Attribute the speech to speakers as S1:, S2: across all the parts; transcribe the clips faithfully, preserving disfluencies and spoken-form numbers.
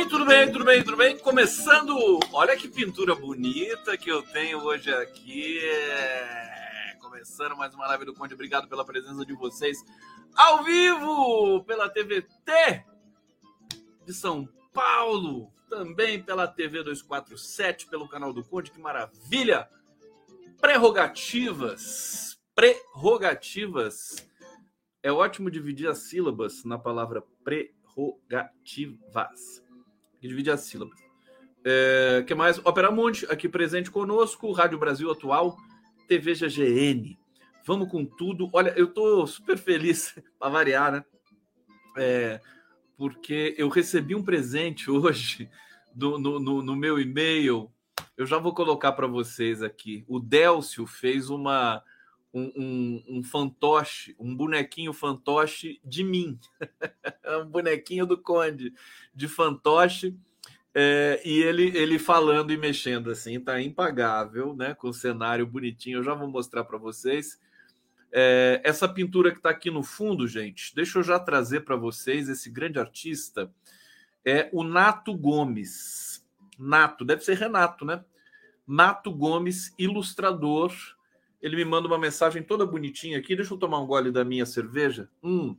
S1: tudo bem, tudo bem, tudo bem? Começando, olha que pintura bonita que eu tenho hoje aqui. É... Começando mais uma live do Conde. Obrigado pela presença de vocês ao vivo pela T V T de São Paulo, também pela T V duzentos e quarenta e sete, pelo canal do Conde. Que maravilha! Prerrogativas, prerrogativas. É ótimo dividir as sílabas na palavra prerrogativas. Dividir as sílabas. É, que mais? Ópera Mundi, aqui presente conosco. Rádio Brasil Atual, T V G G N. Vamos com tudo. Olha, eu tô super feliz, para variar, né? É, porque eu recebi um presente hoje do, no, no, no meu e-mail. Eu já vou colocar para vocês aqui. O Délcio fez uma... Um, um, um fantoche, um bonequinho fantoche de mim. Um bonequinho do Conde de fantoche. É, e ele, ele falando e mexendo assim, tá impagável, né? Com o cenário bonitinho. Eu já vou mostrar para vocês. É, essa pintura que tá aqui no fundo, gente, deixa eu já trazer para vocês esse grande artista. É o Nato Gomes. Nato, deve ser Renato, né? Nato Gomes, ilustrador. Ele me manda uma mensagem toda bonitinha aqui. Deixa eu tomar um gole da minha cerveja. Hum.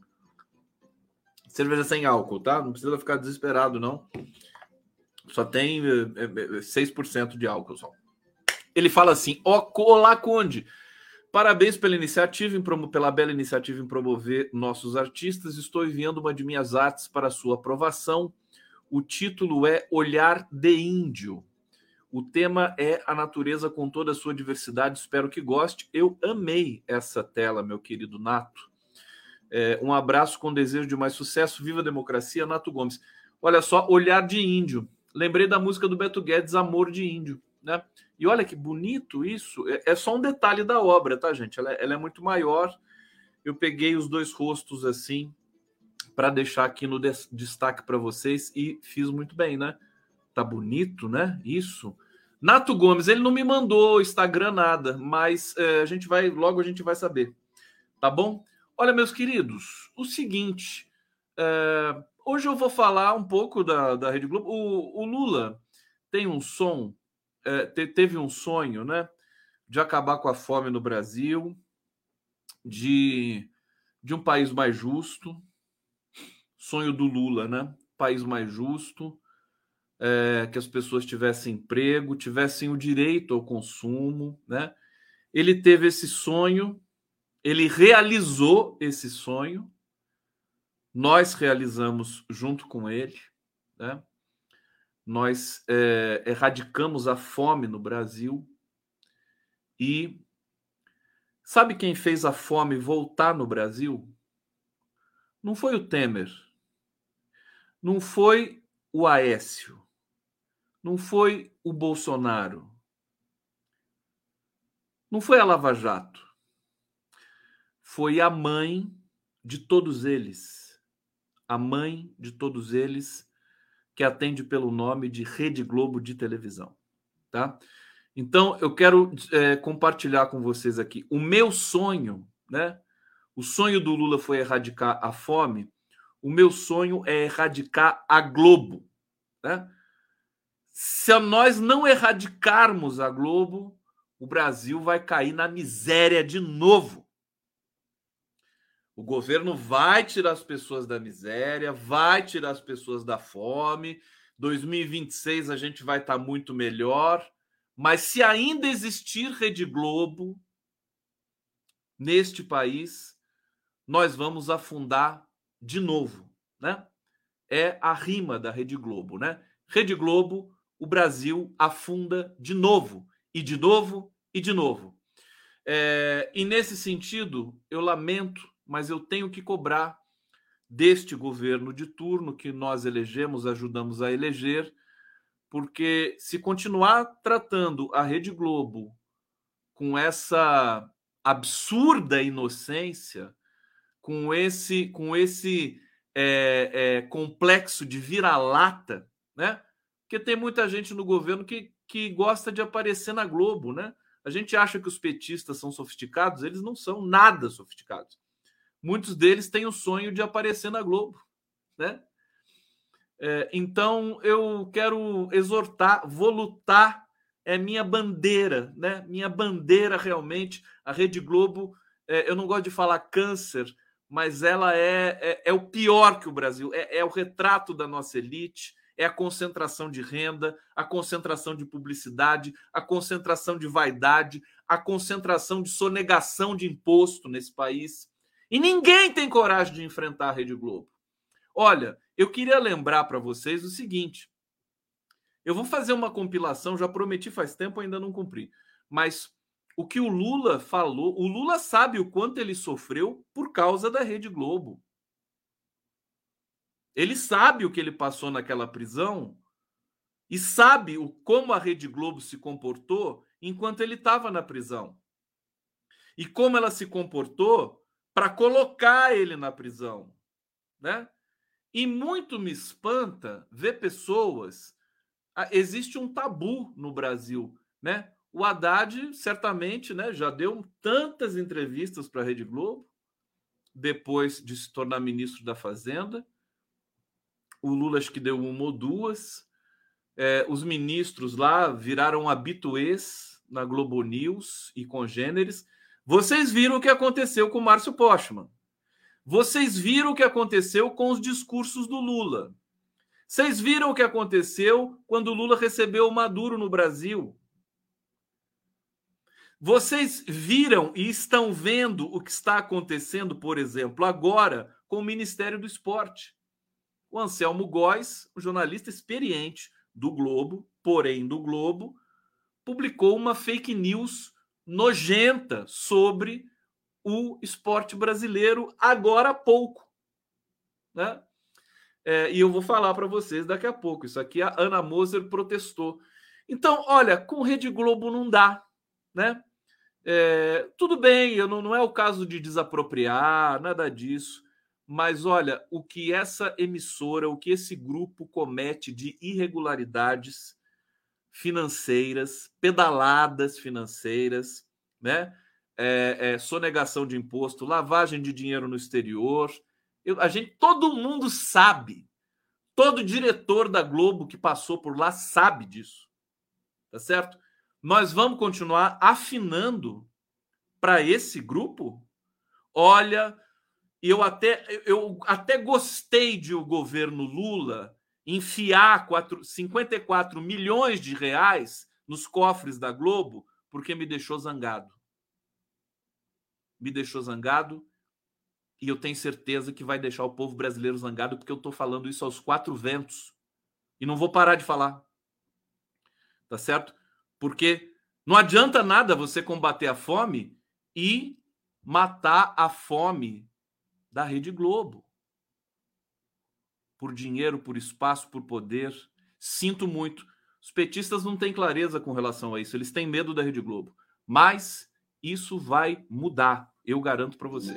S1: Cerveja sem álcool, tá? Não precisa ficar desesperado, não. Só tem seis por cento de álcool só. Ele fala assim: olá, Conde. Parabéns pela iniciativa, em promo... pela bela iniciativa em promover nossos artistas. Estou enviando uma de minhas artes para sua aprovação. O título é Olhar de Índio. O tema é a natureza com toda a sua diversidade. Espero que goste. Eu amei essa tela, meu querido Nato. É, um abraço com desejo de mais sucesso. Viva a democracia, Nato Gomes. Olha só, Olhar de Índio. Lembrei da música do Beto Guedes, Amor de Índio, né? E olha que bonito isso. É, é só um detalhe da obra, tá, gente? Ela é, ela é muito maior. Eu peguei os dois rostos assim para deixar aqui no des- destaque para vocês e fiz muito bem, né? Tá bonito, né? Isso. Nato Gomes, ele não me mandou Instagram nada, mas é, a gente vai, logo a gente vai saber. Tá bom? Olha, meus queridos, o seguinte, é, hoje eu vou falar um pouco da, da Rede Globo. O, o Lula tem um som, é, te, teve um sonho, né? De acabar com a fome no Brasil, de, de um país mais justo. Sonho do Lula, né? País mais justo. É, que as pessoas tivessem emprego, tivessem o direito ao consumo, né? Ele teve esse sonho, ele realizou esse sonho, nós realizamos junto com ele, né? Nós é, erradicamos a fome no Brasil e sabe quem fez a fome voltar no Brasil? Não foi o Temer, não foi o Aécio, não foi o Bolsonaro, não foi a Lava Jato. Foi a mãe de todos eles. A mãe de todos eles, que atende pelo nome de Rede Globo de televisão. Tá? Então, eu quero é, compartilhar com vocês aqui. O meu sonho, né? O sonho do Lula foi erradicar a fome. O meu sonho é erradicar a Globo. Né? Se nós não erradicarmos a Globo, o Brasil vai cair na miséria de novo. O governo vai tirar as pessoas da miséria, vai tirar as pessoas da fome. dois mil e vinte e seis a gente vai estar muito melhor. Mas se ainda existir Rede Globo neste país, nós vamos afundar de novo, né? É a rima da Rede Globo, né? Rede Globo, o Brasil afunda de novo, e de novo, e de novo. É, e nesse sentido, eu lamento, mas eu tenho que cobrar deste governo de turno que nós elegemos, ajudamos a eleger, porque se continuar tratando a Rede Globo com essa absurda inocência, com esse, com esse é, é, complexo de vira-lata, né? Porque tem muita gente no governo que, que gosta de aparecer na Globo, né? A gente acha que os petistas são sofisticados, eles não são nada sofisticados. Muitos deles têm o sonho de aparecer na Globo, né? É, então, eu quero exortar, vou lutar, é minha bandeira, né? Minha bandeira realmente, a Rede Globo, é, eu não gosto de falar câncer, mas ela é, é, é o pior que o Brasil, é, é o retrato da nossa elite, é a concentração de renda, a concentração de publicidade, a concentração de vaidade, a concentração de sonegação de imposto nesse país. E ninguém tem coragem de enfrentar a Rede Globo. Olha, eu queria lembrar para vocês o seguinte, eu vou fazer uma compilação, já prometi faz tempo, ainda não cumpri, mas o que o Lula falou, o Lula sabe o quanto ele sofreu por causa da Rede Globo. Ele sabe o que ele passou naquela prisão e sabe o, como a Rede Globo se comportou enquanto ele estava na prisão. E como ela se comportou para colocar ele na prisão, né? E muito me espanta ver pessoas... Existe um tabu no Brasil, né? O Haddad, certamente, né, já deu tantas entrevistas para a Rede Globo, depois de se tornar ministro da Fazenda. O Lula acho que deu uma ou duas. É, os ministros lá viraram habituês na Globo News e congêneres. Vocês viram o que aconteceu com o Márcio Postman. Vocês viram o que aconteceu com os discursos do Lula. Vocês viram o que aconteceu quando o Lula recebeu o Maduro no Brasil. Vocês viram e estão vendo o que está acontecendo, por exemplo, agora com o Ministério do Esporte. O Anselmo Góes, um jornalista experiente do Globo, porém do Globo, publicou uma fake news nojenta sobre o esporte brasileiro agora há pouco, né? É, e eu vou falar para vocês daqui a pouco. Isso aqui a Ana Moser protestou. Então, olha, com Rede Globo não dá, né? É, tudo bem, eu não, não é o caso de desapropriar, nada disso. Mas olha, o que essa emissora, o que esse grupo comete de irregularidades financeiras, pedaladas financeiras, né? É, é, sonegação de imposto, lavagem de dinheiro no exterior. Eu, a gente, todo mundo sabe, todo diretor da Globo que passou por lá sabe disso, tá certo? Nós vamos continuar afinando para esse grupo? Olha, eu até, eu até gostei de o governo Lula enfiar quatro, cinquenta e quatro milhões de reais nos cofres da Globo, porque me deixou zangado. Me deixou zangado. E eu tenho certeza que vai deixar o povo brasileiro zangado, porque eu estou falando isso aos quatro ventos. E não vou parar de falar. Tá certo? Porque não adianta nada você combater a fome e matar a fome da Rede Globo. Por dinheiro, por espaço, por poder. Sinto muito. Os petistas não têm clareza com relação a isso. Eles têm medo da Rede Globo. Mas isso vai mudar. Eu garanto para vocês.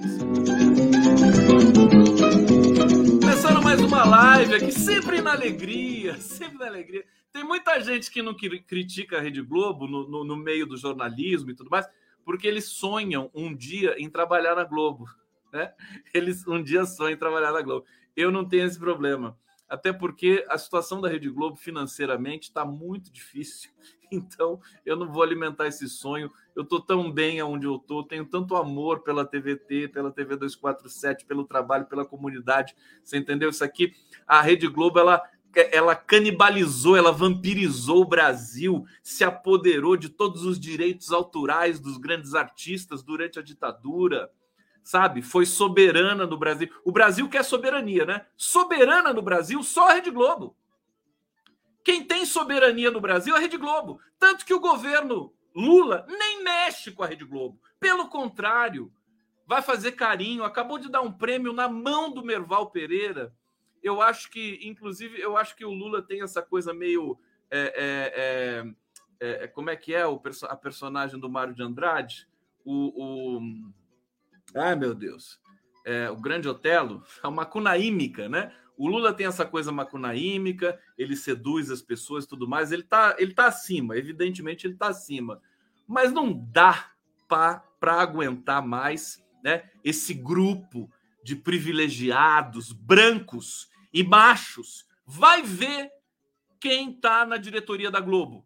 S1: Começando mais uma live aqui, sempre na alegria, sempre na alegria. Tem muita gente que não critica a Rede Globo no, no, no meio do jornalismo e tudo mais, porque eles sonham um dia em trabalhar na Globo, né? Eles um dia sonham em trabalhar na Globo. Eu não tenho esse problema, até porque a situação da Rede Globo financeiramente está muito difícil. Então, eu não vou alimentar esse sonho. Eu estou tão bem onde eu estou, tenho tanto amor pela T V T, pela T V duzentos e quarenta e sete, pelo trabalho, pela comunidade. Você entendeu? Isso aqui, a Rede Globo, ela, ela canibalizou, ela vampirizou o Brasil, se apoderou de todos os direitos autorais dos grandes artistas durante a ditadura, sabe? Foi soberana no Brasil. O Brasil quer soberania, né? Soberana no Brasil, só a Rede Globo. Quem tem soberania no Brasil é a Rede Globo. Tanto que o governo Lula nem mexe com a Rede Globo. Pelo contrário, vai fazer carinho. Acabou de dar um prêmio na mão do Merval Pereira. Eu acho que, inclusive, eu acho que o Lula tem essa coisa meio... É, é, é, é, como é que é o, a personagem do Mário de Andrade? O... o ai, meu Deus. É, o Grande Otelo. É uma cunaímica, né? O Lula tem essa coisa macunaímica, ele seduz as pessoas e tudo mais, ele tá, ele tá acima, evidentemente ele tá acima. Mas não dá para aguentar mais, né, esse grupo de privilegiados, brancos e machos, Vai ver quem está na diretoria da Globo.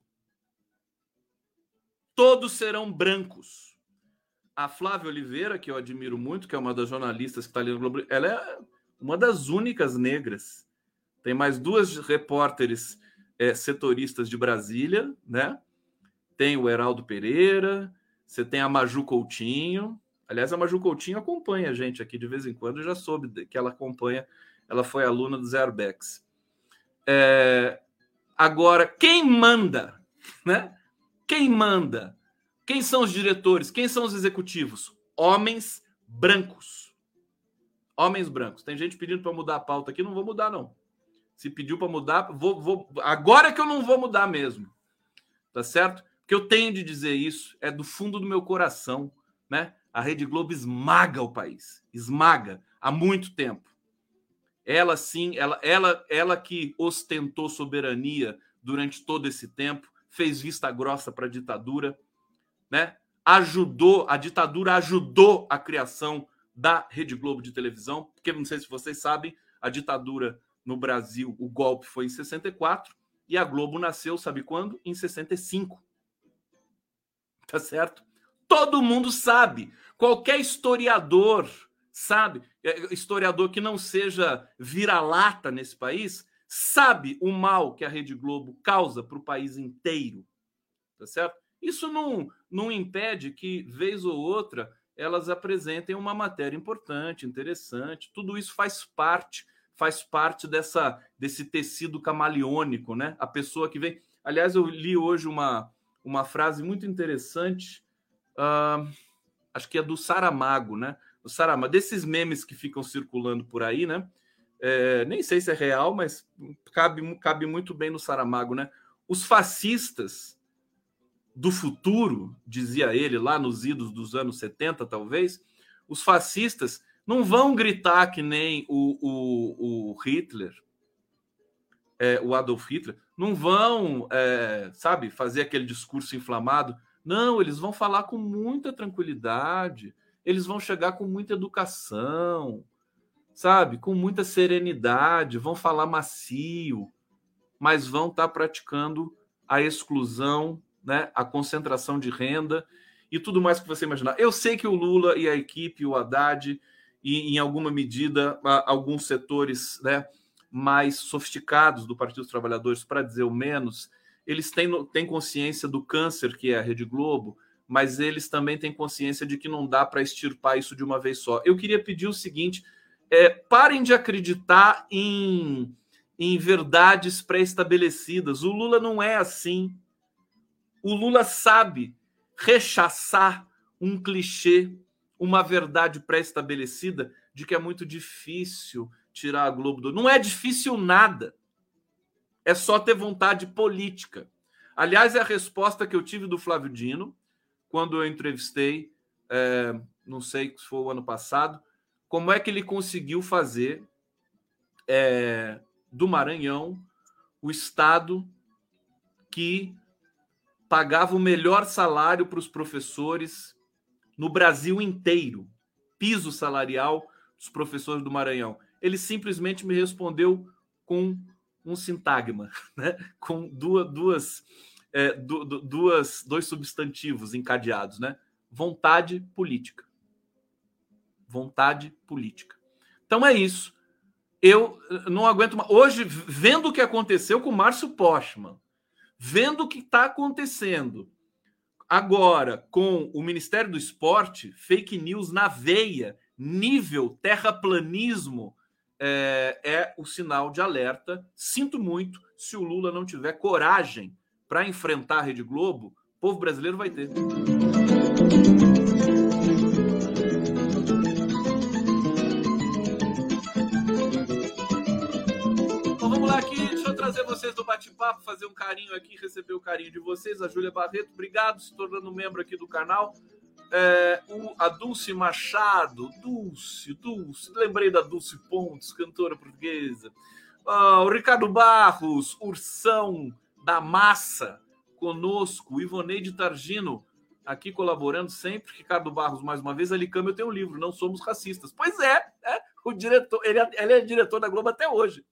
S1: Todos serão brancos. A Flávia Oliveira, que eu admiro muito, que é uma das jornalistas que está ali no Globo, ela é uma das únicas negras. Tem mais duas repórteres é, setoristas de Brasília, né? Tem o Heraldo Pereira, você tem a Maju Coutinho. Aliás, a Maju Coutinho acompanha a gente aqui de vez em quando, eu já soube que ela acompanha, ela foi aluna do Zé Arbex. É... Agora, quem manda, né? Quem manda? Quem são os diretores? Quem são os executivos? Homens brancos. Homens brancos. Tem gente pedindo para mudar a pauta aqui, não vou mudar, não. Se pediu para mudar, vou, vou... agora que eu não vou mudar mesmo. Tá certo? Porque eu tenho de dizer isso, é do fundo do meu coração, né? A Rede Globo esmaga o país. Esmaga há muito tempo. Ela sim, ela, ela, ela que ostentou soberania durante todo esse tempo, fez vista grossa para a ditadura, né? Ajudou, a ditadura ajudou a criação da Rede Globo de televisão, porque não sei se vocês sabem, a ditadura no Brasil, o golpe foi em sessenta e quatro e a Globo nasceu, sabe quando? Em sessenta e cinco. Tá certo? Todo mundo sabe. Qualquer historiador sabe, historiador que não seja vira-lata nesse país, sabe o mal que a Rede Globo causa para o país inteiro. Tá certo? Isso não, não impede que, vez ou outra, elas apresentem uma matéria importante, interessante. Tudo isso faz parte, faz parte dessa, desse tecido camaleônico, né? A pessoa que vem... Aliás, eu li hoje uma, uma frase muito interessante, uh, acho que é do Saramago, né? O Saramago, desses memes que ficam circulando por aí, né? É, nem sei se é real, mas cabe, cabe muito bem no Saramago, né? Os fascistas do futuro, dizia ele, lá nos idos dos anos setenta, talvez, os fascistas não vão gritar que nem o, o, o Hitler, é, o Adolf Hitler, não vão, é, sabe, fazer aquele discurso inflamado. Não, eles vão falar com muita tranquilidade, eles vão chegar com muita educação, sabe, com muita serenidade, vão falar macio, mas vão estar praticando a exclusão, né, a concentração de renda e tudo mais que você imaginar. Eu sei que o Lula e a equipe, o Haddad, e em alguma medida alguns setores, né, mais sofisticados do Partido dos Trabalhadores, para dizer o menos, eles têm, têm consciência do câncer que é a Rede Globo, mas eles também têm consciência de que não dá para extirpar isso de uma vez só. Eu queria pedir o seguinte, é, parem de acreditar em, em verdades pré-estabelecidas. O Lula não é assim. O Lula sabe rechaçar um clichê, uma verdade pré-estabelecida de que é muito difícil tirar a Globo do... Não é difícil nada. É só ter vontade política. Aliás, é a resposta que eu tive do Flávio Dino quando eu entrevistei, é, não sei se foi o ano passado, como é que ele conseguiu fazer é, do Maranhão o estado que pagava o melhor salário para os professores no Brasil inteiro, piso salarial dos professores do Maranhão. Ele simplesmente me respondeu com um sintagma, né? Com duas, duas, é, du, du, duas, dois substantivos encadeados, né? Vontade política. Vontade política. Então é isso. Eu não aguento mais. Hoje, vendo o que aconteceu com o Márcio Postman, vendo o que está acontecendo agora com o Ministério do Esporte, fake news na veia, nível terraplanismo, é, é o sinal de alerta. Sinto muito, se o Lula não tiver coragem para enfrentar a Rede Globo, o povo brasileiro vai ter. Então vamos lá aqui, deixa eu trazer vocês do bate-papo, fazer um carinho aqui, receber o carinho de vocês. A Júlia Barreto, obrigado, se tornando membro aqui do canal. É, o, a Dulce Machado, Dulce, Dulce, lembrei da Dulce Pontes, cantora portuguesa. Ah, o Ricardo Barros, Ursão da Massa, conosco. O Ivoneide Targino, aqui colaborando sempre. Ricardo Barros, mais uma vez. Alicama, eu tenho um livro, Não Somos Racistas. Pois é, é o diretor, ele, é, ele é diretor da Globo até hoje.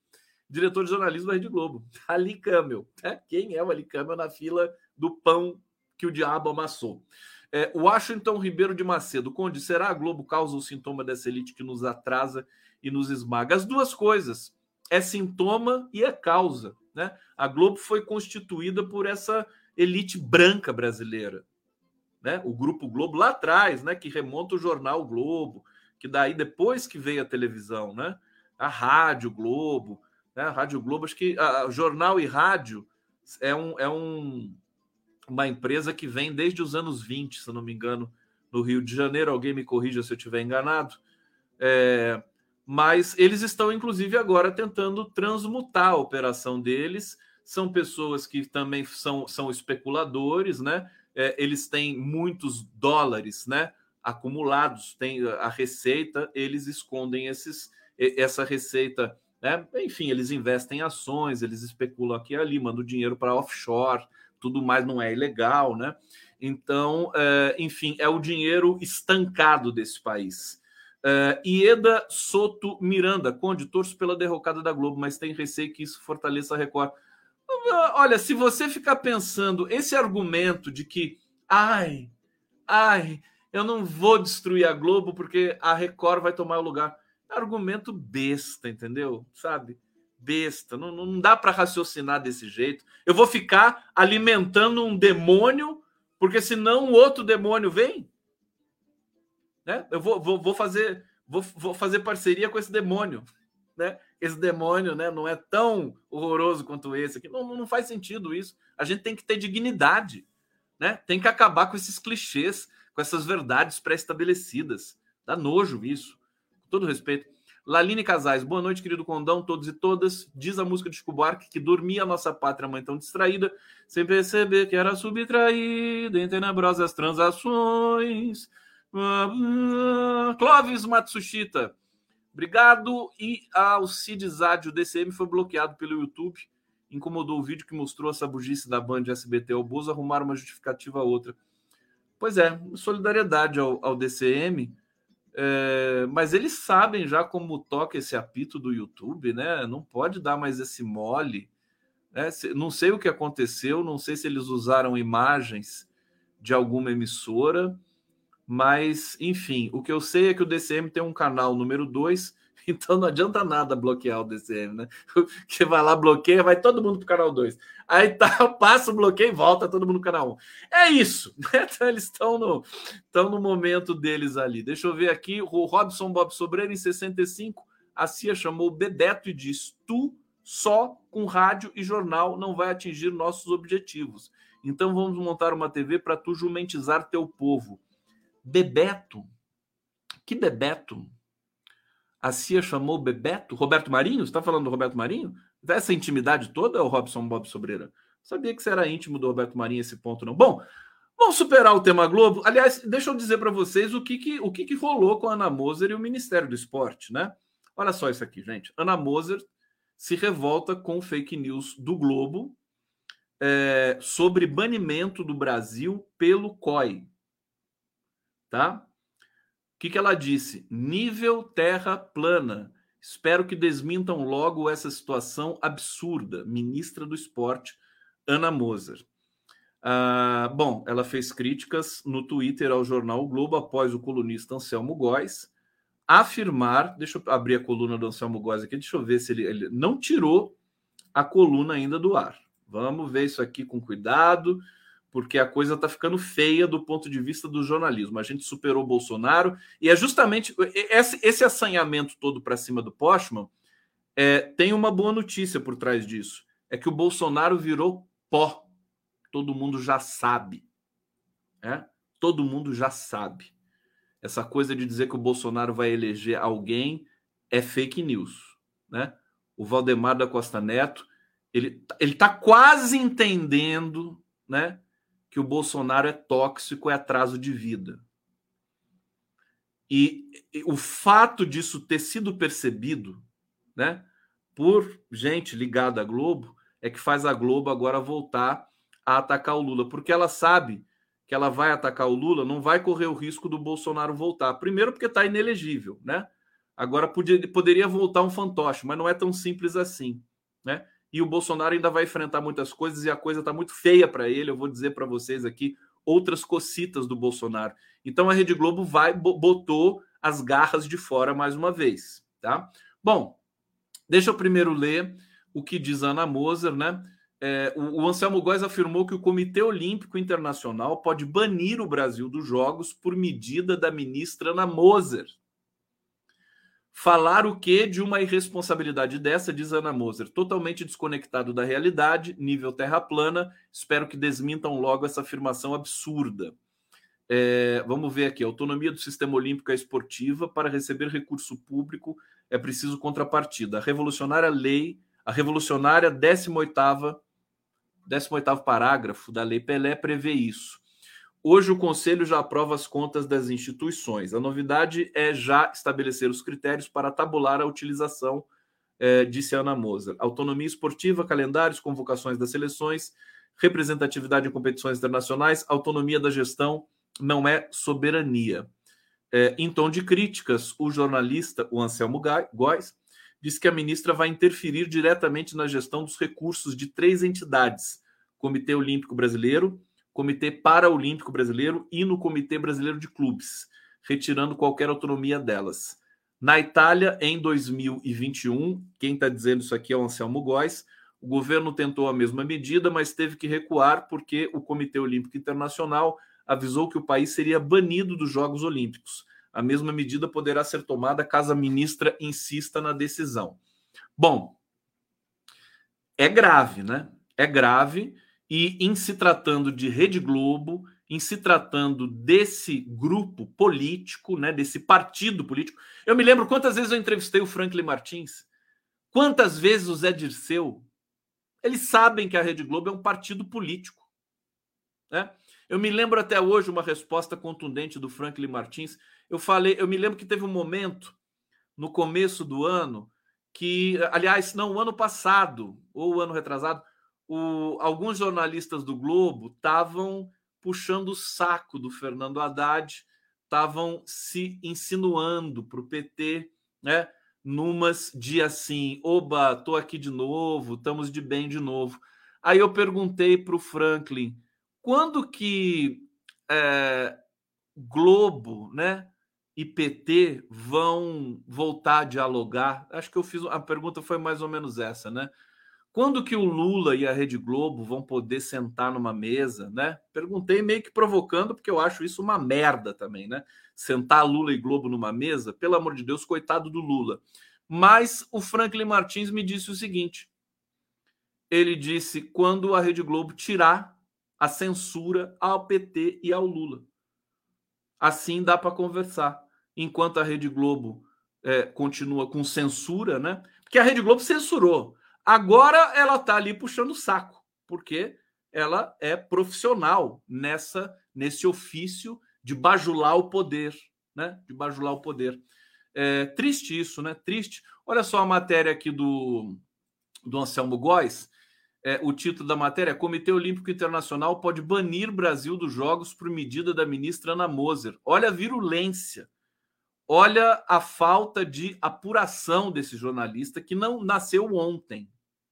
S1: diretor de jornalismo da Rede Globo. Ali Camel. Né? Quem é o Ali Camel na fila do pão que o diabo amassou? É, Washington Ribeiro de Macedo. Conde, será a Globo causa o sintoma dessa elite que nos atrasa e nos esmaga? As duas coisas. É sintoma e é causa. Né? A Globo foi constituída por essa elite branca brasileira. Né? O Grupo Globo lá atrás, né? Que remonta o jornal Globo, que daí depois que veio a televisão, né? A Rádio Globo, né? A Rádio Globo, acho que a, a jornal e rádio é, um, é um, uma empresa que vem desde os anos vinte, se não me engano, no Rio de Janeiro. Alguém me corrija se eu estiver enganado. É, mas eles estão, inclusive, agora tentando transmutar a operação deles. São pessoas que também são, são especuladores, né? É, eles têm muitos dólares, né, acumulados, tem a receita, eles escondem esses, essa receita, né? Enfim, eles investem em ações, eles especulam aqui e ali, mandam dinheiro para offshore, tudo mais não é ilegal, né? Então, é, enfim, é o dinheiro estancado desse país. É, Ieda Soto Miranda, Conde, torço pela derrocada da Globo, mas tem receio que isso fortaleça a Record. Olha, se você ficar pensando esse argumento de que ai, ai, eu não vou destruir a Globo porque a Record vai tomar o lugar, é argumento besta, entendeu? Sabe? Besta, não, não dá para raciocinar desse jeito. Eu vou ficar alimentando um demônio porque senão o outro demônio vem, né? Eu vou, vou, vou fazer vou, vou fazer parceria com esse demônio, né? Esse demônio, né, não é tão horroroso quanto esse aqui. Não, não faz sentido isso. A gente tem que ter dignidade, né? Tem que acabar com esses clichês, com essas verdades pré-estabelecidas. Dá nojo isso. Com todo respeito. Laline Casais, boa noite, querido Condão, todos e todas. Diz a música de Chico Buarque que dormia a nossa pátria mãe tão distraída, sem perceber que era subtraída em tenebrosas transações. Clóvis Matsushita, obrigado. E ao Cid Zad, o D C M foi bloqueado pelo YouTube. Incomodou o vídeo que mostrou essa bugice da Band S B T ao Bozo, arrumar uma justificativa a outra. Pois é, solidariedade ao, ao D C M. É, mas eles sabem já como toca esse apito do YouTube, né? Não pode dar mais esse mole. Né? Não sei o que aconteceu, não sei se eles usaram imagens de alguma emissora. Mas, enfim, o que eu sei é que o D C M tem um canal número dois, então não adianta nada bloquear o D C M, né? Você vai lá, bloqueia, vai todo mundo pro canal dois. Aí tá, passa o bloqueio e volta todo mundo no canal um. É isso, né? Então eles estão no, estão no momento deles ali. Deixa eu ver aqui, o Robson Bob Sobreira, em sessenta e cinco, a C I A chamou o Bebeto e diz: tu só com rádio e jornal não vai atingir nossos objetivos. Então vamos montar uma T V para tu jumentizar teu povo. Bebeto? Que Bebeto? A C I A chamou Bebeto? Roberto Marinho? Você está falando do Roberto Marinho? Essa intimidade toda, o Robson Bob Sobreira? Sabia que você era íntimo do Roberto Marinho esse ponto, não? Bom, vamos superar o tema Globo. Aliás, deixa eu dizer para vocês o, que, que, o que, que rolou com a Ana Moser e o Ministério do Esporte, né? Olha só isso aqui, gente. Ana Moser se revolta com fake news do Globo é, sobre banimento do Brasil pelo C O I. Tá? O que, que ela disse? Nível terra plana. Espero que desmintam logo essa situação absurda. Ministra do Esporte, Ana Moser. Ah, bom, ela fez críticas no Twitter ao jornal o Globo após o colunista Anselmo Góes afirmar... Deixa eu abrir a coluna do Anselmo Góes aqui. Deixa eu ver se ele, ele não tirou a coluna ainda do ar. Vamos ver isso aqui com cuidado, porque a coisa está ficando feia do ponto de vista do jornalismo. A gente superou o Bolsonaro, e é justamente esse, esse assanhamento todo para cima do Postman. É, tem uma boa notícia por trás disso, é que o Bolsonaro virou pó. Todo mundo já sabe. É? Todo mundo já sabe. Essa coisa de dizer que o Bolsonaro vai eleger alguém é fake news. Né? O Valdemar da Costa Neto, ele está quase entendendo, né, que o Bolsonaro é tóxico, é atraso de vida. E, e o fato disso ter sido percebido, né, por gente ligada à Globo é que faz a Globo agora voltar a atacar o Lula, porque ela sabe que ela vai atacar o Lula, não vai correr o risco do Bolsonaro voltar. Primeiro porque está inelegível, né? Agora podia, poderia voltar um fantoche, mas não é tão simples assim, né? E o Bolsonaro ainda vai enfrentar muitas coisas e a coisa está muito feia para ele. Eu vou dizer para vocês aqui outras cocitas do Bolsonaro. Então a Rede Globo vai botou as garras de fora mais uma vez, tá? Bom, deixa eu primeiro ler o que diz Ana Moser, né? É, o, o Anselmo Góes afirmou que o Comitê Olímpico Internacional pode banir o Brasil dos Jogos por medida da ministra Ana Moser. Falar o que de uma irresponsabilidade dessa, diz Ana Moser, totalmente desconectado da realidade, nível terra plana. Espero que desmintam logo essa afirmação absurda. É, vamos ver aqui, a autonomia do sistema olímpico é esportiva. Para receber recurso público é preciso contrapartida. A revolucionária lei, a revolucionária décimo oitavo parágrafo da Lei Pelé prevê isso. Hoje o Conselho já aprova as contas das instituições. A novidade é já estabelecer os critérios para tabular a utilização, é, disse Ana Moser. Autonomia esportiva, calendários, convocações das seleções, representatividade em competições internacionais, autonomia da gestão não é soberania. É, em tom de críticas, o jornalista, o Anselmo Góes, diz que a ministra vai interferir diretamente na gestão dos recursos de três entidades: Comitê Olímpico Brasileiro, Comitê Paraolímpico Brasileiro e no Comitê Brasileiro de Clubes, retirando qualquer autonomia delas. Na Itália, em dois mil e vinte e um, quem está dizendo isso aqui é o Anselmo Góes, o governo tentou a mesma medida, mas teve que recuar porque o Comitê Olímpico Internacional avisou que o país seria banido dos Jogos Olímpicos. A mesma medida poderá ser tomada caso a ministra insista na decisão. Bom, é grave, né? É grave. E em se tratando de Rede Globo, em se tratando desse grupo político, né, desse partido político, eu me lembro quantas vezes eu entrevistei o Franklin Martins, quantas vezes o Zé Dirceu, eles sabem que a Rede Globo é um partido político, né? Eu me lembro até hoje uma resposta contundente do Franklin Martins. Eu falei, eu me lembro que teve um momento no começo do ano que, aliás, não, o ano passado ou o ano retrasado, O, alguns jornalistas do Globo estavam puxando o saco do Fernando Haddad, estavam se insinuando para o P T, né? Numas de assim, oba, tô aqui de novo, estamos de bem de novo. Aí eu perguntei para o Franklin, quando que é, Globo, né, e P T vão voltar a dialogar? Acho que eu fiz, a pergunta foi mais ou menos essa, né? Quando que o Lula e a Rede Globo vão poder sentar numa mesa, né? Perguntei meio que provocando, porque eu acho isso uma merda também, né? Sentar Lula e Globo numa mesa, pelo amor de Deus, coitado do Lula. Mas o Franklin Martins me disse o seguinte, ele disse quando a Rede Globo tirar a censura ao P T e ao Lula. Assim dá para conversar. Enquanto a Rede Globo é, continua com censura, né? Porque a Rede Globo censurou. Agora ela está ali puxando o saco, porque ela é profissional nessa, nesse ofício de bajular o poder, né? De bajular o poder. É triste isso, né? Triste. Olha só a matéria aqui do, do Anselmo Góes. É, o título da matéria é Comitê Olímpico Internacional pode banir Brasil dos Jogos por medida da ministra Ana Moser. Olha a virulência. Olha a falta de apuração desse jornalista que não nasceu ontem.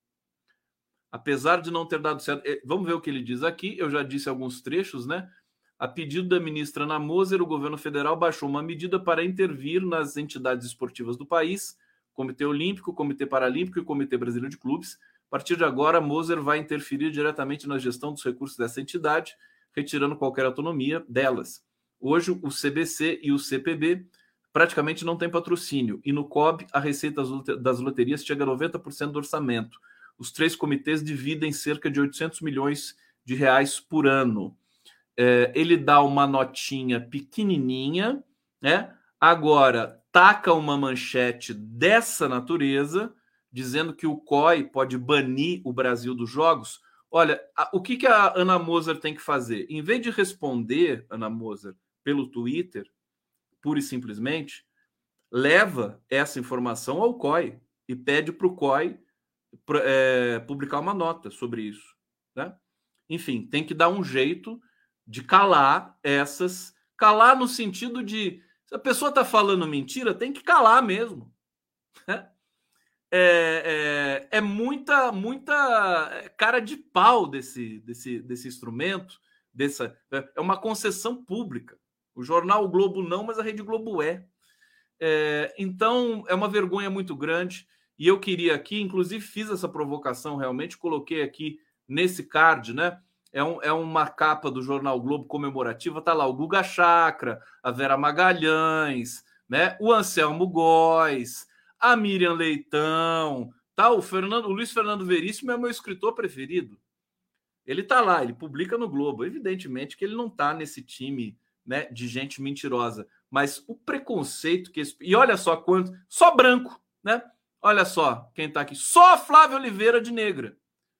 S1: Apesar de não ter dado certo, vamos ver o que ele diz aqui. Eu já disse alguns trechos, né? A pedido da ministra Ana Moser, o governo federal baixou uma medida para intervir nas entidades esportivas do país, Comitê Olímpico, Comitê Paralímpico e Comitê Brasileiro de Clubes. A partir de agora, Moser vai interferir diretamente na gestão dos recursos dessa entidade, retirando qualquer autonomia delas. Hoje, o C B C e o C P B praticamente não têm patrocínio, e no C O B, a receita das loterias chega a noventa por cento do orçamento. Os três comitês dividem cerca de oitocentos milhões de reais por ano. É, ele dá uma notinha pequenininha, né? Agora, taca uma manchete dessa natureza, dizendo que o C O I pode banir o Brasil dos Jogos. Olha, a, o que, que a Ana Moser tem que fazer? Em vez de responder, Ana Moser, pelo Twitter, pura e simplesmente, leva essa informação ao C O I e pede para o C O I É, publicar uma nota sobre isso, né? Enfim, tem que dar um jeito de calar essas, calar no sentido de, se a pessoa está falando mentira, tem que calar mesmo, né? é, é, é muita, muita cara de pau desse, desse, desse instrumento. Dessa, é uma concessão pública. O jornal o Globo não, mas a Rede Globo é. é. Então, é uma vergonha muito grande. E eu queria aqui, inclusive fiz essa provocação realmente, coloquei aqui nesse card, né? É, um, é uma capa do jornal Globo comemorativa, tá lá o Guga Chakra, a Vera Magalhães, né? O Anselmo Góes, a Miriam Leitão, tá? O, Fernando, o Luiz Fernando Veríssimo é meu escritor preferido. Ele tá lá, ele publica no Globo. Evidentemente que ele não tá nesse time, né, de gente mentirosa, mas o preconceito que esse... E olha só quanto... Só branco, né? Olha só quem tá aqui. Só a Flávia Oliveira de negra.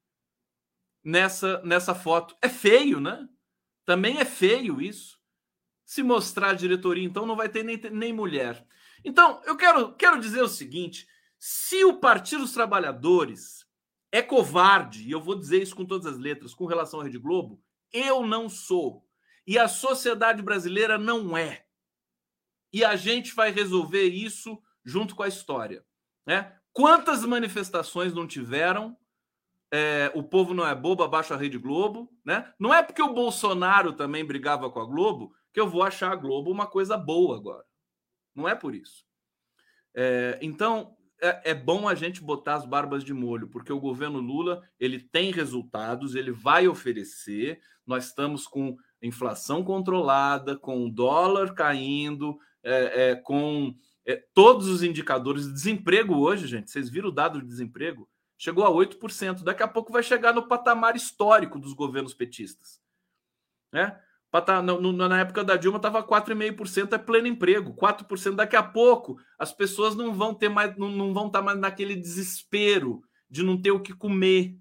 S1: Nessa, nessa foto. É feio, né? Também é feio isso. Se mostrar a diretoria, então, não vai ter nem, nem mulher. Então, eu quero, quero dizer o seguinte: se o Partido dos Trabalhadores é covarde, e eu vou dizer isso com todas as letras, com relação à Rede Globo, eu não sou. E a sociedade brasileira não é. E a gente vai resolver isso junto com a história, né? Quantas manifestações não tiveram? É, o povo não é bobo, abaixo a Rede Globo, né? Não é porque o Bolsonaro também brigava com a Globo que eu vou achar a Globo uma coisa boa agora. Não é por isso. É, então, é, é bom a gente botar as barbas de molho, porque o governo Lula ele tem resultados, ele vai oferecer. Nós estamos com inflação controlada, com o dólar caindo, é, é, com é, todos os indicadores de desemprego hoje, gente. Vocês viram o dado de desemprego? Chegou a oito por cento. Daqui a pouco vai chegar no patamar histórico dos governos petistas. Né? Na época da Dilma estava quatro vírgula cinco por cento, é pleno emprego. quatro por cento daqui a pouco as pessoas não vão ter mais, não, não vão estar mais naquele desespero de não ter o que comer.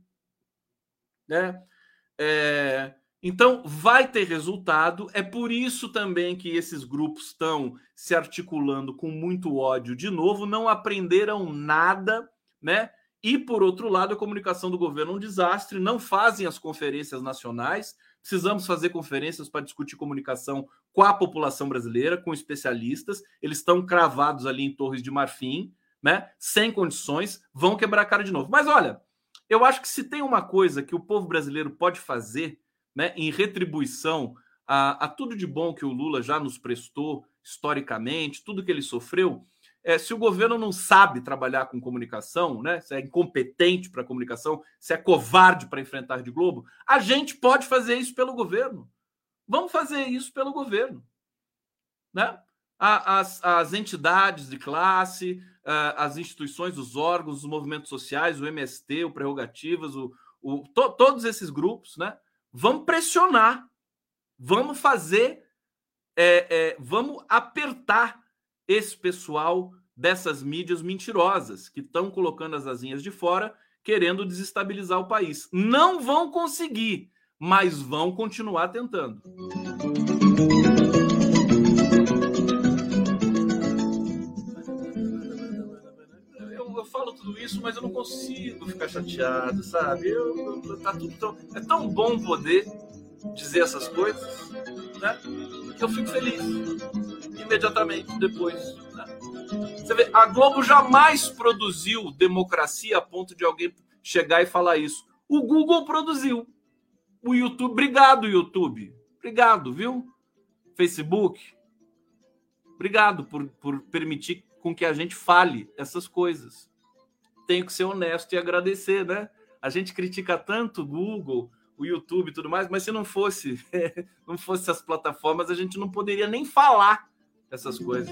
S1: Né? É, então vai ter resultado. É por isso também que esses grupos estão se articulando com muito ódio de novo, não aprenderam nada, né? E, por outro lado, a comunicação do governo é um desastre, não fazem as conferências nacionais. Precisamos fazer conferências para discutir comunicação com a população brasileira, com especialistas. Eles estão cravados ali em Torres de Marfim, né? Sem condições, vão quebrar a cara de novo. Mas, olha, eu acho que se tem uma coisa que o povo brasileiro pode fazer, né, em retribuição a, a tudo de bom que o Lula já nos prestou historicamente, tudo que ele sofreu... É, se o governo não sabe trabalhar com comunicação, né, se é incompetente para comunicação, se é covarde para enfrentar a Rede Globo, a gente pode fazer isso pelo governo. Vamos fazer isso pelo governo. Né? As, as entidades de classe, as instituições, os órgãos, os movimentos sociais, o M S T, o Prerrogativas, o, o, to, todos esses grupos, né, vamos pressionar, vamos fazer, é, é, vamos apertar esse pessoal dessas mídias mentirosas que estão colocando as asinhas de fora, querendo desestabilizar o país. Não vão conseguir, mas vão continuar tentando. Eu, eu falo tudo isso, mas eu não consigo ficar chateado, sabe? Eu, eu, tá tudo tão, é tão bom poder dizer essas coisas, né? Que eu fico feliz imediatamente depois. Né? Você vê, a Globo jamais produziu democracia a ponto de alguém chegar e falar isso. O Google produziu. O YouTube, obrigado, YouTube. Obrigado, viu? Facebook. Obrigado por, por permitir com que a gente fale essas coisas. Tenho que ser honesto e agradecer, né? A gente critica tanto o Google, o YouTube e tudo mais, mas se não fosse, não fosse essas plataformas, a gente não poderia nem falar essas coisas.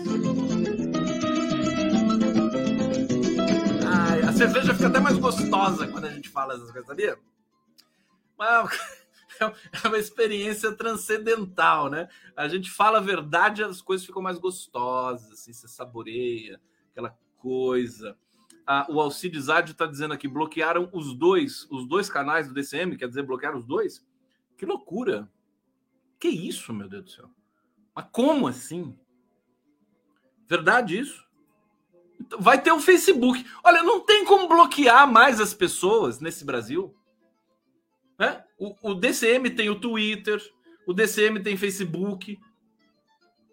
S1: Ai, a cerveja fica até mais gostosa quando a gente fala essas coisas, sabia? Mas é uma experiência transcendental, né? A gente fala a verdade, as coisas ficam mais gostosas, assim, você saboreia aquela coisa. Ah, o Alcides Adi está dizendo aqui, bloquearam os dois, os dois canais do D C M, quer dizer, bloquearam os dois? Que loucura! Que isso, meu Deus do céu? Mas como assim? Verdade isso? Vai ter o Facebook. Olha, não tem como bloquear mais as pessoas nesse Brasil. Né? O, o D C M tem o Twitter, o D C M tem Facebook.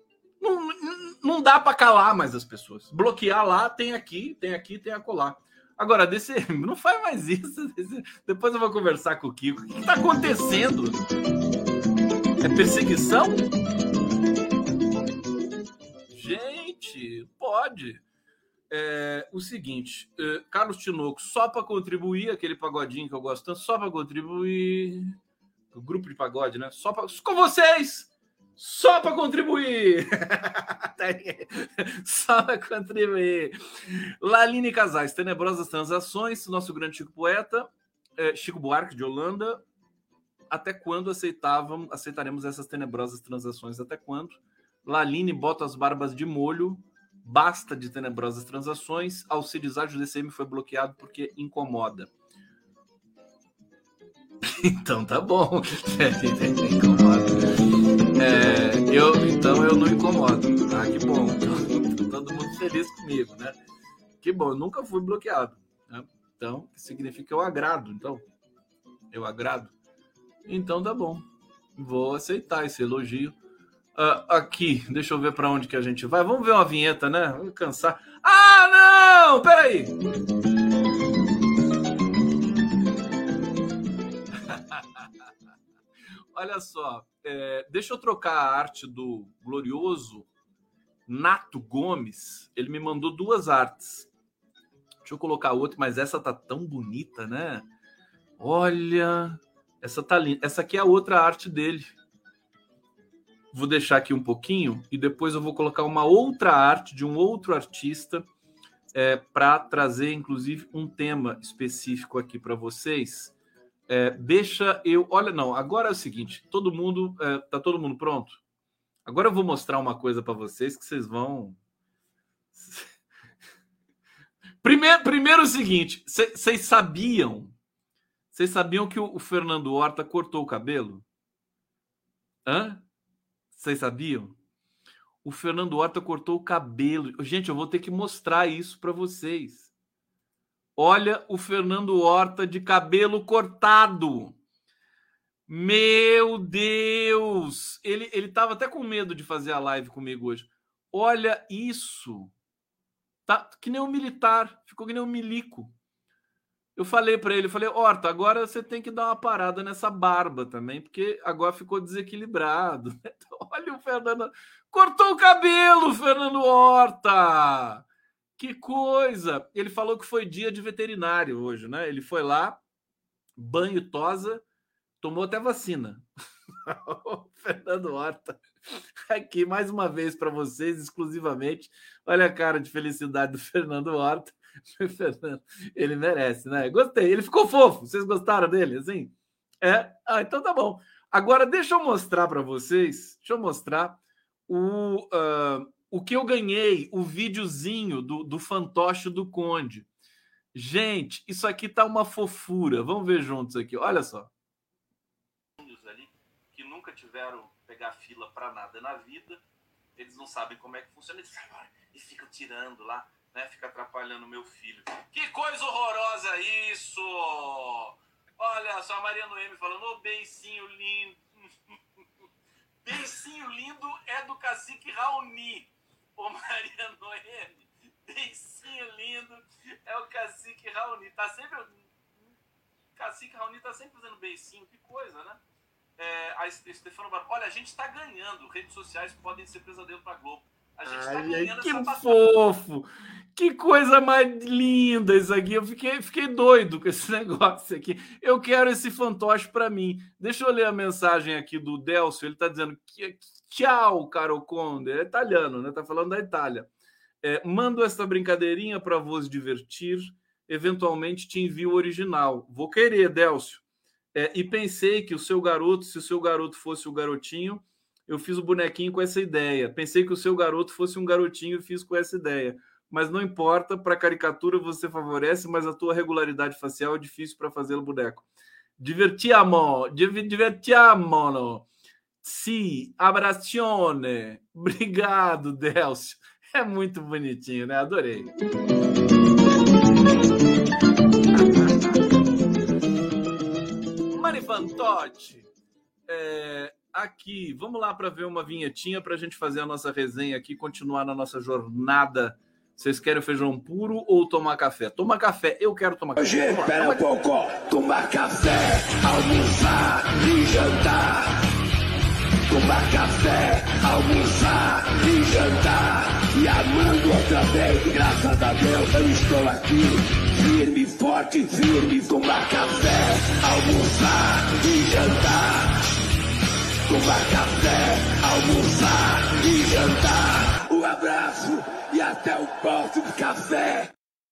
S1: Não, não dá para calar mais as pessoas. Bloquear lá, tem aqui, tem aqui, tem acolá. Agora, D C M, não faz mais isso. Depois eu vou conversar com o Kiko. O que está acontecendo? É perseguição? Gente, pode. É, o seguinte, é, Carlos Tinoco, só para contribuir, aquele pagodinho que eu gosto tanto, só para contribuir. O grupo de pagode, né? Só pra, com vocês! Só para contribuir! Só para contribuir. Laline Casais, Tenebrosas Transações, nosso grande Chico Poeta, é, Chico Buarque de Holanda. Até quando aceitavam, aceitaremos essas tenebrosas transações? Até quando? Laline bota as barbas de molho. Basta de tenebrosas transações. Alcides Ágio D C M foi bloqueado porque incomoda. Então tá bom. Incomoda. É, eu, então eu não incomodo. Ah, que bom. Então, todo mundo feliz comigo, né? Que bom, eu nunca fui bloqueado. Né? Então, significa que eu agrado. Então, eu agrado. Então tá bom. Vou aceitar esse elogio. Uh, aqui, deixa eu ver para onde que a gente vai. Vamos ver uma vinheta, né? Vamos cansar. Ah, não! Peraí! Olha só, é, deixa eu trocar a arte do glorioso Nato Gomes. Ele me mandou duas artes. Deixa eu colocar outra, mas essa tá tão bonita, né? Olha, essa tá linda. Essa aqui é a outra arte dele. Vou deixar aqui um pouquinho e depois eu vou colocar uma outra arte de um outro artista é, para trazer, inclusive, um tema específico aqui para vocês. É, deixa eu... Olha, não, agora é o seguinte, todo mundo... É, tá todo mundo pronto? Agora eu vou mostrar uma coisa para vocês que vocês vão... Primeiro, primeiro o seguinte, vocês sabiam... Vocês sabiam que o, o Fernando Horta cortou o cabelo? Hã? Vocês sabiam? O Fernando Horta cortou o cabelo. Gente, eu vou ter que mostrar isso para vocês. Olha o Fernando Horta de cabelo cortado. Meu Deus! Ele ele estava até com medo de fazer a live comigo hoje. Olha isso. Tá que nem um militar. Ficou que nem um milico. Eu falei para ele, eu falei, Horta, agora você tem que dar uma parada nessa barba também, porque agora ficou desequilibrado. Olha o Fernando... Cortou o cabelo, Fernando Horta! Que coisa! Ele falou que foi dia de veterinário hoje, né? Ele foi lá, banho, tosa, tomou até vacina. Fernando Horta. Aqui, mais uma vez para vocês, exclusivamente. Olha a cara de felicidade do Fernando Horta. Ele merece, né? Gostei. Ele ficou fofo. Vocês gostaram dele, assim? É? Ah, então tá bom. Agora, deixa eu mostrar para vocês. Deixa eu mostrar o, uh, o que eu ganhei, o videozinho do, do fantoche do Conde. Gente, isso aqui tá uma fofura. Vamos ver juntos aqui. Olha só. Ali que nunca tiveram pegar fila para nada na vida, eles não sabem como é que funciona. Eles e ficam tirando lá. Né, fica atrapalhando meu filho. Que coisa horrorosa isso! Olha só, a Maria Noemi falando, ô, beicinho lindo. Beicinho lindo é do cacique Raoni. Ô, Maria Noemi, beicinho lindo é o cacique Raoni. Tá sempre... Cacique Raoni tá sempre fazendo beicinho. Que coisa, né? É, a Stefano Barbosa, olha, a gente tá ganhando. Redes sociais podem ser pesadelo pra Globo. A gente tá
S2: Ai,
S1: ganhando
S2: que
S1: essa
S2: fofo! Que coisa mais linda isso aqui. Eu fiquei, fiquei doido com esse negócio aqui. Eu quero esse fantoche para mim. Deixa eu ler a mensagem aqui do Delcio. Ele está dizendo que tchau, caro Conde. É italiano, né? Tá falando da Itália. É, mando esta brincadeirinha para vos divertir. Eventualmente te envio o original. Vou querer, Delcio. É, e pensei que o seu garoto, se o seu garoto fosse o garotinho, eu fiz o bonequinho com essa ideia. Pensei que o seu garoto fosse um garotinho e fiz com essa ideia. Mas não importa, para caricatura você favorece, mas a tua regularidade facial é difícil para fazer o boneco. Divertiamo, divertiamo. Sì, abrazione. Obrigado, Delcio. É muito bonitinho, né? Adorei. Marifantote. É... Aqui, vamos lá para ver uma vinhetinha para a gente fazer a nossa resenha aqui, continuar na nossa jornada Vocês querem feijão puro ou tomar café? Tomar café, eu quero tomar café.
S3: Hoje, espera um pouco, tomar café, almoçar e jantar. Tomar café, almoçar e jantar. E amando outra vez, graças a Deus eu estou aqui. Firme, forte, firme, tomar café, almoçar e jantar. Tomar café, almoçar e jantar. Um abraço e até o próximo café.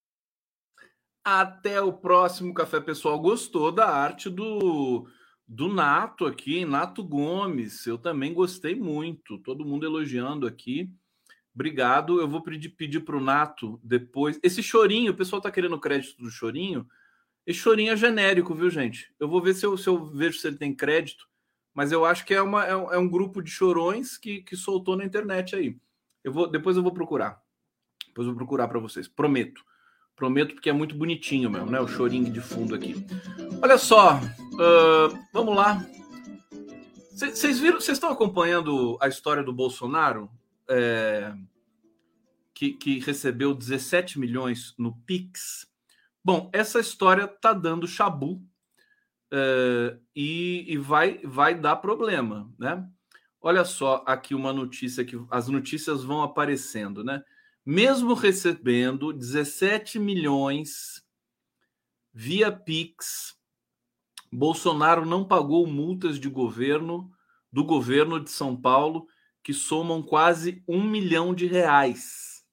S2: Até o próximo café, pessoal. Gostou da arte do, do Nato aqui, Nato Gomes? Eu também gostei muito. Todo mundo elogiando aqui. Obrigado. Eu vou pedir, pedir para o Nato depois. Esse chorinho, o pessoal está querendo crédito do chorinho. Esse chorinho é genérico, viu, gente? Eu vou ver se eu, se eu vejo se ele tem crédito. Mas eu acho que é, uma, é, um, é um grupo de chorões que, que soltou na internet aí. Eu vou, depois eu vou procurar. Depois eu vou procurar para vocês. Prometo. Prometo, porque é muito bonitinho mesmo, né? O chorinho de fundo aqui. Olha só. Uh, vamos lá. Vocês viram? Vocês estão acompanhando a história do Bolsonaro? É, que, que recebeu dezessete milhões no Pix. Bom, essa história tá dando chabu. Uh, e, e vai, vai dar problema, né? Olha só aqui uma notícia que as notícias vão aparecendo, né? Mesmo recebendo dezessete milhões via Pix, Bolsonaro não pagou multas de governo do governo de São Paulo que somam quase um milhão de reais.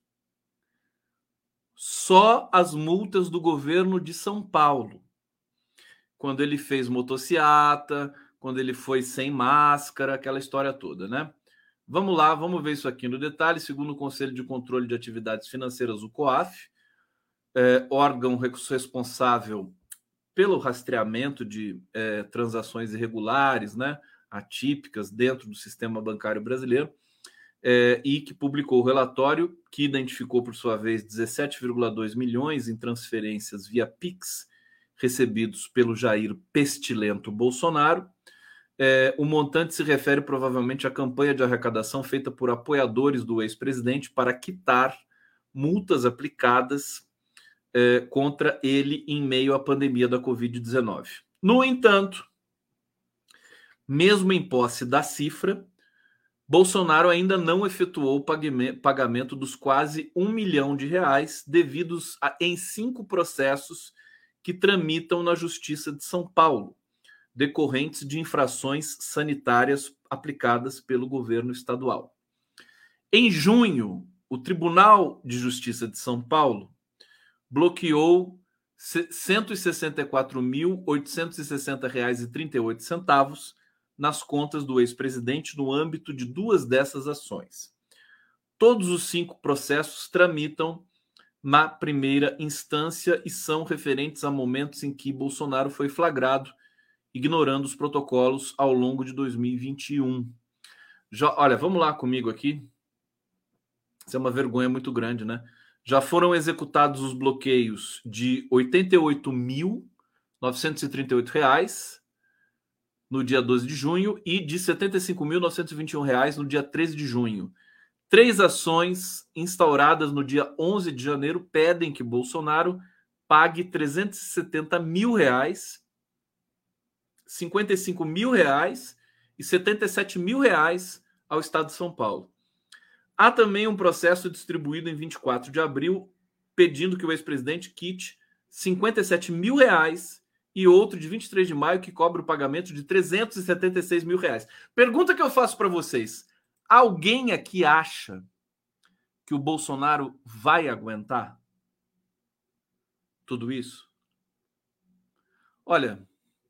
S2: Só as multas do governo de São Paulo. Quando ele fez motociata, quando ele foi sem máscara, aquela história toda, né? Vamos lá, vamos ver isso aqui no detalhe. Segundo o Conselho de Controle de Atividades Financeiras, o COAF, é, órgão responsável pelo rastreamento de é, transações irregulares, né, atípicas dentro do sistema bancário brasileiro, é, e que publicou o relatório que identificou, por sua vez, dezessete vírgula dois milhões em transferências via Pix, recebidos pelo Jair Pestilento Bolsonaro. É, o montante se refere provavelmente à campanha de arrecadação feita por apoiadores do ex-presidente para quitar multas aplicadas é, contra ele em meio à pandemia da covid dezenove. No entanto, mesmo em posse da cifra, Bolsonaro ainda não efetuou o pagamento dos quase um milhão de reais devidos a, em cinco processos que tramitam na Justiça de São Paulo, decorrentes de infrações sanitárias aplicadas pelo governo estadual. Em junho, o Tribunal de Justiça de São Paulo bloqueou cento e sessenta e quatro mil, oitocentos e sessenta reais e trinta e oito centavos nas contas do ex-presidente no âmbito de duas dessas ações. Todos os cinco processos tramitam na primeira instância e são referentes a momentos em que Bolsonaro foi flagrado ignorando os protocolos ao longo de dois mil e vinte e um. Já, olha, vamos lá comigo aqui. Isso é uma vergonha muito grande, né? Já foram executados os bloqueios de oitenta e oito mil, novecentos e trinta e oito reais no dia doze de junho e de setenta e cinco mil, novecentos e vinte e um reais no dia treze de junho. Três ações instauradas no dia onze de janeiro pedem que Bolsonaro pague trezentos e setenta mil reais, cinquenta e cinco mil reais e setenta e sete mil reais ao Estado de São Paulo. Há também um processo distribuído em vinte e quatro de abril pedindo que o ex-presidente quite cinquenta e sete mil reais e outro de vinte e três de maio que cobra o pagamento de trezentos e setenta e seis mil reais. Pergunta que eu faço para vocês. Alguém aqui acha que o Bolsonaro vai aguentar tudo isso? Olha,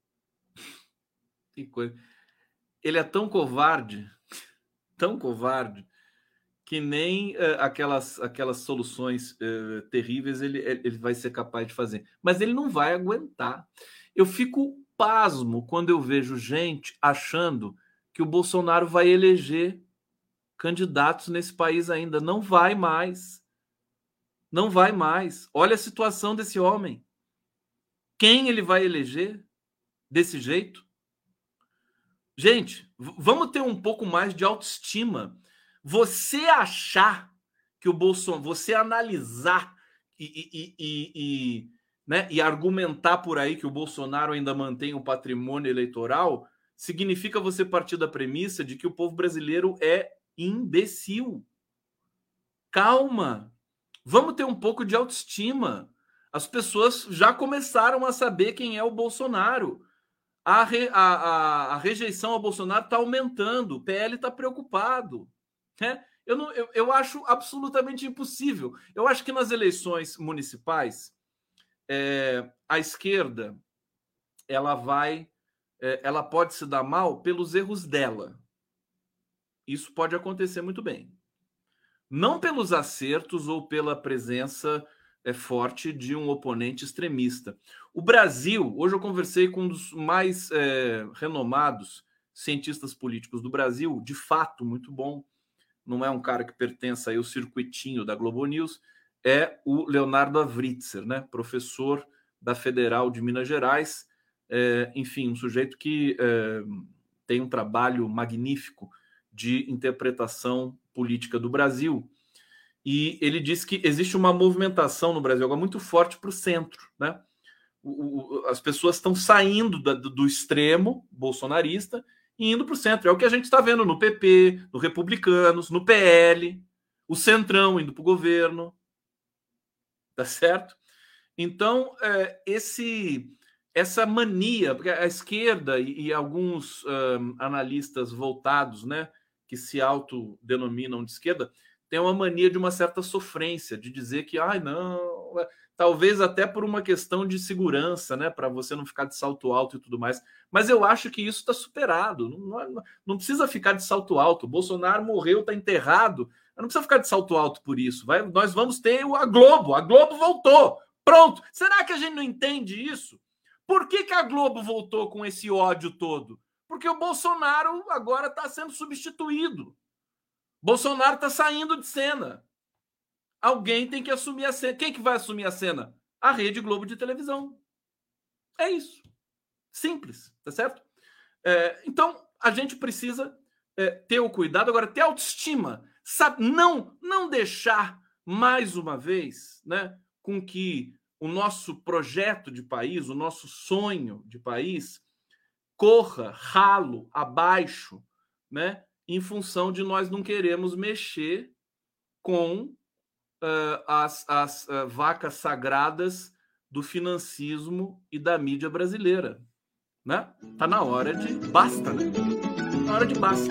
S2: que coisa. Ele é tão covarde, tão covarde, que nem uh, aquelas, aquelas soluções uh, terríveis ele, ele vai ser capaz de fazer. Mas ele não vai aguentar. Eu fico pasmo quando eu vejo gente achando que o Bolsonaro vai eleger candidatos nesse país ainda. Não vai mais. Não vai mais. Olha a situação desse homem. Quem ele vai eleger desse jeito? Gente, v- vamos ter um pouco mais de autoestima. Você achar
S1: que o Bolsonaro, você analisar e, e, e, e, né, e argumentar por aí que o Bolsonaro ainda mantém um patrimônio eleitoral, significa você partir da premissa de que o povo brasileiro é imbecil. Calma, vamos ter um pouco de autoestima. As pessoas já começaram a saber quem é o Bolsonaro. A, re, a, a, a rejeição ao Bolsonaro está aumentando, o P L está preocupado. Né? Eu, não, eu, eu acho absolutamente impossível. Eu acho que nas eleições municipais, é, a esquerda ela vai, é, ela pode se dar mal pelos erros dela. Isso pode acontecer muito bem. Não pelos acertos ou pela presença é, forte de um oponente extremista. O Brasil, hoje eu conversei com um dos mais é, renomados cientistas políticos do Brasil, de fato, muito bom, não é um cara que pertence aí ao circuitinho da Globo News, é o Leonardo Avritzer, né? Professor da Federal de Minas Gerais, é, enfim, um sujeito que é, tem um trabalho magnífico de interpretação política do Brasil, e ele disse que existe uma movimentação no Brasil agora muito forte para o centro, né? O, o, as pessoas estão saindo da, do extremo bolsonarista e indo para o centro. É o que a gente está vendo no P P, no Republicanos, no P L, o Centrão indo para o governo, tá certo? Então, é, esse, essa mania, porque a esquerda e, e alguns um, analistas voltados, né, que se autodenominam de esquerda, tem uma mania de uma certa sofrência, de dizer que, ai, não, talvez até por uma questão de segurança, né, para você não ficar de salto alto e tudo mais. Mas eu acho que isso está superado. Não, não, não precisa ficar de salto alto. O Bolsonaro morreu, está enterrado. Não precisa ficar de salto alto por isso. Vai, nós vamos ter a Globo. A Globo voltou. Pronto. Será que a gente não entende isso? Por que, que a Globo voltou com esse ódio todo? Porque o Bolsonaro agora está sendo substituído. Bolsonaro está saindo de cena. Alguém tem que assumir a cena. Quem que vai assumir a cena? A Rede Globo de televisão. É isso. Simples, tá certo? É, então, a gente precisa é, ter o cuidado, agora ter autoestima. Sabe? Não, não deixar, mais uma vez, né, com que o nosso projeto de país, o nosso sonho de país, corra ralo abaixo, né, em função de nós não queremos mexer com uh, as, as uh, vacas sagradas do financismo e da mídia brasileira. Né? Tá na hora de basta, né? Tá na hora de basta.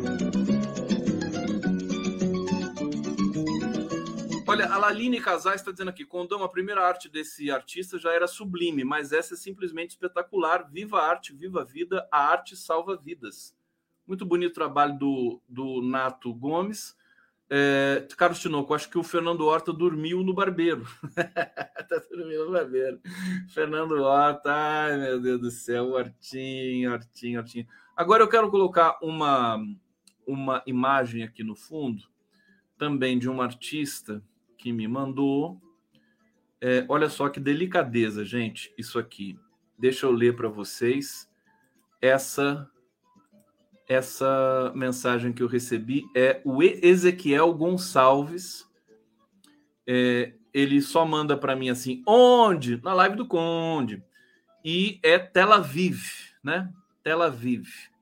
S1: Olha, a Laline Casais está dizendo aqui, Condão, a primeira arte desse artista já era sublime, mas essa é simplesmente espetacular. Viva a arte, viva a vida, a arte salva vidas. Muito bonito o trabalho do, do Nato Gomes. É, Carlos Tinoco, acho que o Fernando Horta dormiu no barbeiro. Tá dormindo no barbeiro. Fernando Horta, ai meu Deus do céu, Hortinho, Hortinho, Hortinho. Agora eu quero colocar uma, uma imagem aqui no fundo, também de um artista que me mandou. É, olha só que delicadeza, gente, isso aqui. Deixa eu ler para vocês essa... Essa mensagem que eu recebi é o Ezequiel Gonçalves. É, ele só manda para mim assim, onde? Na live do Conde. E é Tel Aviv, né? Tel Aviv.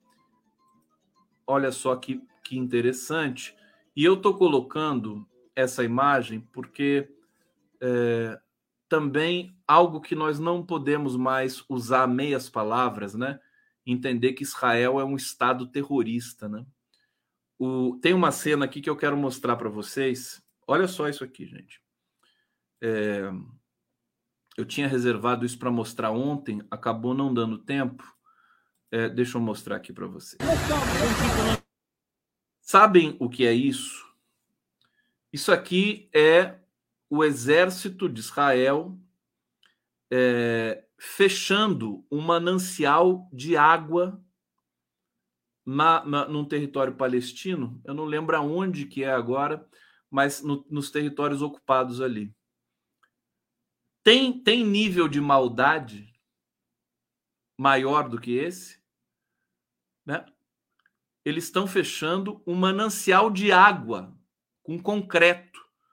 S1: Olha só que, que interessante. E eu estou colocando essa imagem porque é, também algo que nós não podemos mais usar meias palavras, né? Entender que Israel é um estado terrorista, né? O, tem uma cena aqui que eu quero mostrar para vocês. Olha só isso aqui, gente. É, eu tinha reservado isso para mostrar ontem, acabou não dando tempo. É, deixa eu mostrar aqui para vocês. Sabem o que é isso? Isso aqui é o exército de Israel é, fechando um manancial de água na, na, num território palestino. Eu não lembro aonde que é agora, mas no, nos territórios ocupados ali. Tem, tem nível de maldade maior do que esse? Né? Eles estão fechando um manancial de água com concreto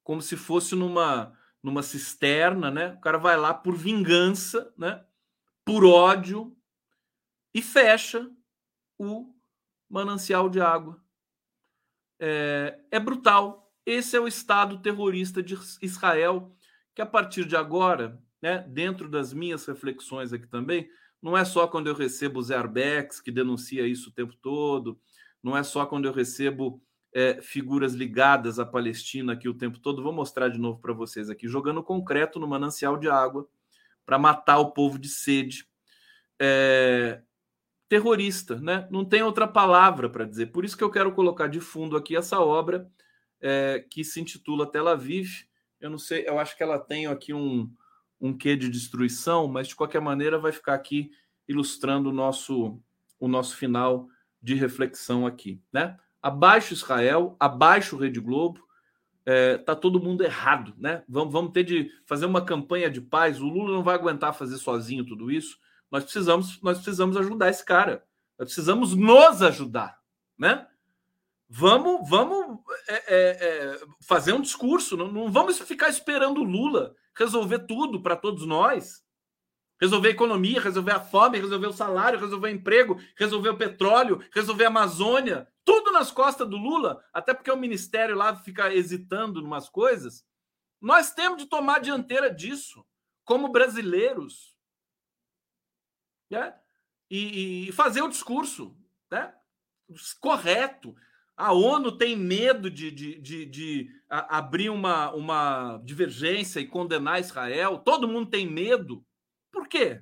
S2: como se fosse numa, numa cisterna, né? O cara vai lá por vingança, né? Por ódio, e fecha o manancial de água. É, é brutal. Esse é o Estado terrorista de Israel, que a partir de agora, né, dentro das minhas reflexões aqui também, não é só quando eu recebo os Airbags, que denuncia isso o tempo todo, não é só quando eu recebo é, figuras ligadas à Palestina aqui o tempo todo. Vou mostrar de novo para vocês aqui, jogando concreto no manancial de água para matar o povo de sede. É, terrorista, né? Não tem outra palavra para dizer. Por isso que eu quero colocar de fundo aqui essa obra é, que se intitula Tel Aviv. Eu não sei, eu acho que ela tem aqui um, um quê de destruição, mas de qualquer maneira vai ficar aqui ilustrando o nosso, o nosso final de reflexão aqui, né? Abaixo Israel, abaixo Rede Globo, é, tá todo mundo errado, né? Vamos, vamos ter de fazer uma campanha de paz. O Lula não vai aguentar fazer sozinho tudo isso. Nós precisamos, nós precisamos ajudar esse cara. Nós precisamos nos ajudar, né? Vamos, vamos é, é, é, fazer um discurso. Não, não vamos ficar esperando o Lula resolver tudo para todos nós. Resolver a economia, resolver a fome, resolver o salário, resolver o emprego, resolver o petróleo, resolver a Amazônia. Tudo nas costas do Lula, até porque o ministério lá fica hesitando em umas coisas. Nós temos de tomar a dianteira disso, como brasileiros. Né? E, e fazer o discurso, né? Correto. A ONU tem medo de, de, de, de a, abrir uma, uma divergência e condenar Israel. Todo mundo tem medo. Por quê?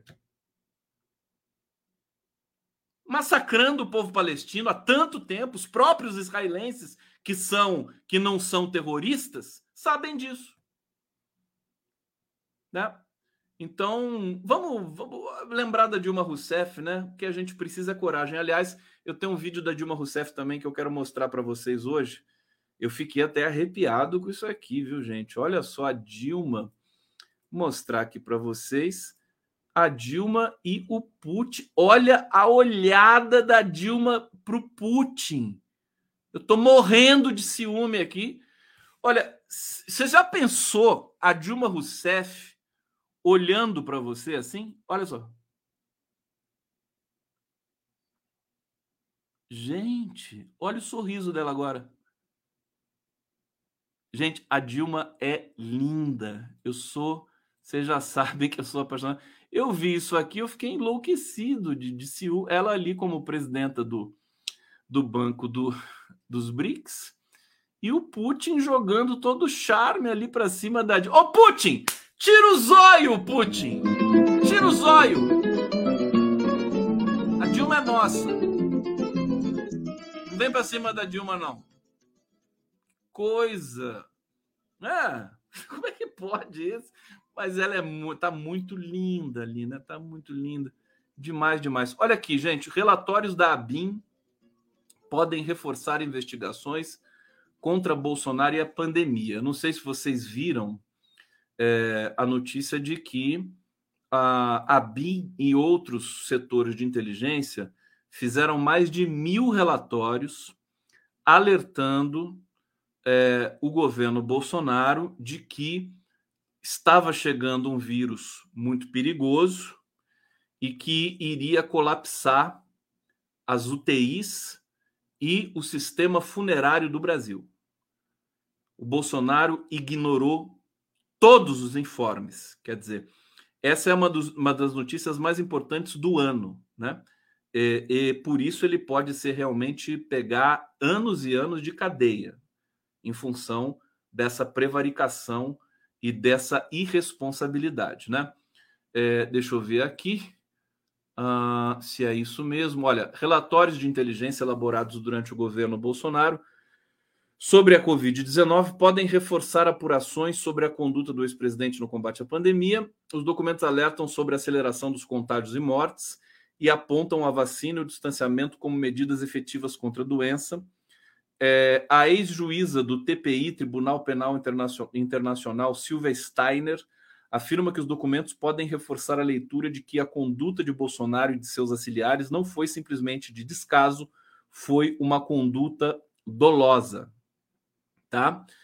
S2: Massacrando o povo palestino há tanto tempo. Os próprios israelenses que são, que não são terroristas sabem disso, né? Então, vamos, vamos lembrar da Dilma Rousseff, né? O que a gente precisa é coragem. Aliás, eu tenho um vídeo da Dilma Rousseff também que eu quero mostrar para vocês hoje. Eu fiquei até arrepiado com isso aqui, viu, gente? Olha só a Dilma. Vou mostrar aqui para vocês. A Dilma e o Putin. Olha a olhada da Dilma para o Putin. Eu estou morrendo de ciúme aqui. Olha, você já pensou a Dilma Rousseff olhando para você assim? Olha só. Gente, olha o sorriso dela agora. Gente, a Dilma é linda. Eu sou... Vocês já sabem que eu sou apaixonado. Eu vi isso aqui, eu fiquei enlouquecido de, de ciúme. Ela ali como presidenta do, do banco do, dos BRICS e o Putin jogando todo o charme ali para cima da Dilma. Ô, Putin! Tira o zóio, Putin! Tira o zóio! A Dilma é nossa. Não vem para cima da Dilma, não. Coisa. É, como é que pode isso? Mas ela é, tá muito linda ali, né? Tá muito linda. Demais, demais. Olha aqui, gente. Relatórios da ABIN podem reforçar investigações contra Bolsonaro e a pandemia. Eu não sei se vocês viram é, a notícia de que a ABIN e outros setores de inteligência fizeram mais de mil relatórios alertando é, o governo Bolsonaro de que estava chegando um vírus muito perigoso e que iria colapsar as U T Is e o sistema funerário do Brasil. O Bolsonaro ignorou todos os informes. Quer dizer, essa é uma, dos, uma das notícias mais importantes do ano, né? E, e por isso ele pode ser realmente pegar anos e anos de cadeia em função dessa prevaricação e dessa irresponsabilidade, né? É, deixa eu ver aqui uh, se é isso mesmo. Olha, relatórios de inteligência elaborados durante o governo Bolsonaro sobre a covid dezenove podem reforçar apurações sobre a conduta do ex-presidente no combate à pandemia. Os documentos alertam sobre a aceleração dos contágios e mortes e apontam a vacina e o distanciamento como medidas efetivas contra a doença. É, a ex-juíza do T P I, Tribunal Penal Internacional, Silvia Steiner, afirma que os documentos podem reforçar a leitura de que a conduta de Bolsonaro e de seus auxiliares não foi simplesmente de descaso, foi uma conduta dolosa. Tá?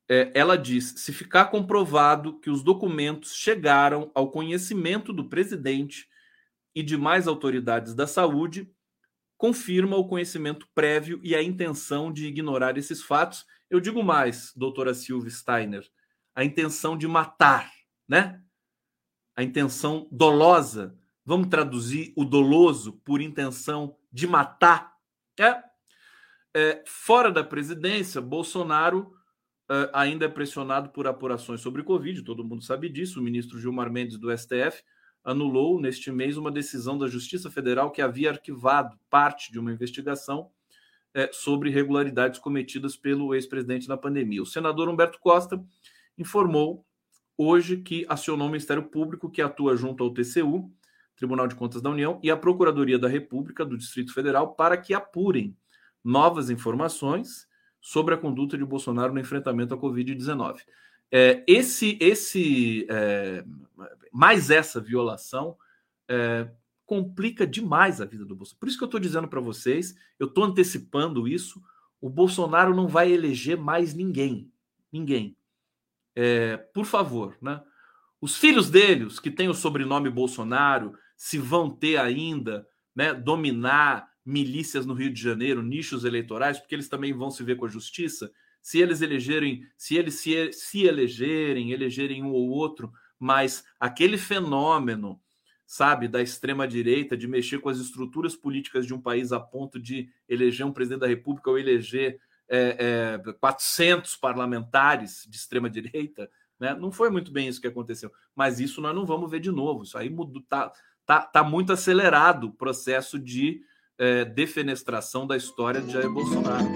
S1: É, ela diz: se ficar comprovado que os documentos chegaram ao conhecimento do presidente e demais autoridades da saúde, confirma o conhecimento prévio e a intenção de ignorar esses fatos. Eu digo mais, doutora Silvia Steiner, a intenção de matar, né? A intenção dolosa. Vamos traduzir o doloso por intenção de matar. É. É, fora da presidência, Bolsonaro uh, ainda é pressionado por apurações sobre Covid, todo mundo sabe disso. O ministro Gilmar Mendes, do S T F, anulou neste mês uma decisão da Justiça Federal que havia arquivado parte de uma investigação é, sobre irregularidades cometidas pelo ex-presidente na pandemia. O senador Humberto Costa informou hoje que acionou o Ministério Público, que atua junto ao T C U, Tribunal de Contas da União, e a Procuradoria da República do Distrito Federal para que apurem novas informações sobre a conduta de Bolsonaro no enfrentamento à covid dezenove. É, esse, esse, é, mais essa violação é, complica demais a vida do Bolsonaro. Por isso que eu estou dizendo para vocês, eu estou antecipando isso, o Bolsonaro não vai eleger mais ninguém. Ninguém. É, por favor, né? Os filhos dele, os que têm o sobrenome Bolsonaro, se vão ter ainda, né, dominar milícias no Rio de Janeiro, nichos eleitorais, porque eles também vão se ver com a justiça. Se eles elegerem, se eles se, se elegerem, elegerem um ou outro, mas aquele fenômeno, sabe, da extrema-direita, de mexer com as estruturas políticas de um país a ponto de eleger um presidente da República ou eleger é, é, quatrocentos parlamentares de extrema-direita, né? Não foi muito bem isso que aconteceu. Mas isso nós não vamos ver de novo. Isso aí mudou, tá, tá, tá muito acelerado o processo de É, defenestração da história de Jair Bolsonaro.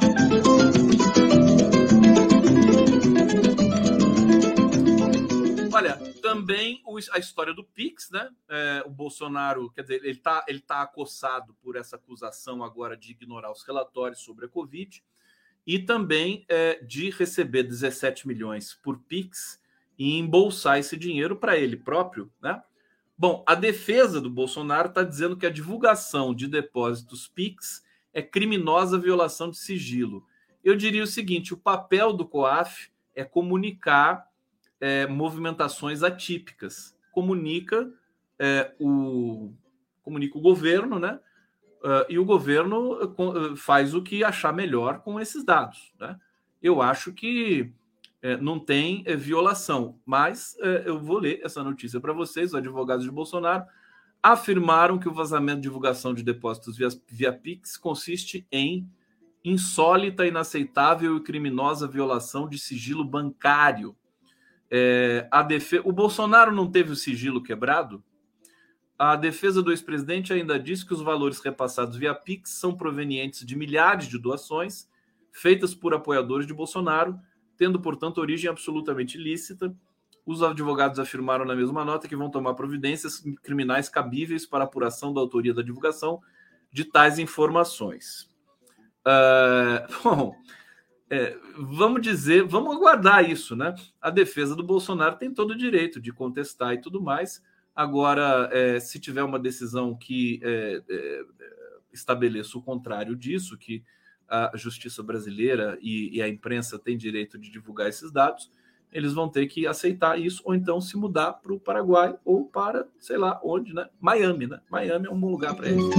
S1: Olha, também o, a história do Pix, né? É, o Bolsonaro, quer dizer, ele está ele tá acossado por essa acusação agora de ignorar os relatórios sobre a Covid e também é, de receber dezessete milhões por Pix e embolsar esse dinheiro para ele próprio, né? Bom, a defesa do Bolsonaro está dizendo que a divulgação de depósitos Pix é criminosa violação de sigilo. Eu diria o seguinte: o papel do COAF é comunicar é, movimentações atípicas. Comunica, é, o, comunica o governo, né? Uh, e o governo uh, faz o que achar melhor com esses dados, né? Eu acho que É, não tem é, violação, mas é, eu vou ler essa notícia para vocês. Os advogados de Bolsonaro afirmaram que o vazamento de divulgação de depósitos via, via Pix consiste em insólita, inaceitável e criminosa violação de sigilo bancário. É, a defe... O Bolsonaro não teve o sigilo quebrado? A defesa do ex-presidente ainda diz que os valores repassados via Pix são provenientes de milhares de doações feitas por apoiadores de Bolsonaro, tendo, portanto, origem absolutamente ilícita. Os advogados afirmaram na mesma nota que vão tomar providências criminais cabíveis para apuração da autoria da divulgação de tais informações. Uh, bom, é, vamos dizer, vamos aguardar isso, né? A defesa do Bolsonaro tem todo o direito de contestar e tudo mais. Agora, é, se tiver uma decisão que é, é, estabeleça o contrário disso, que a justiça brasileira e, e a imprensa têm direito de divulgar esses dados, eles vão ter que aceitar isso, ou então se mudar para o Paraguai ou para, sei lá, onde, né? Miami, né? Miami é um bom lugar para eles.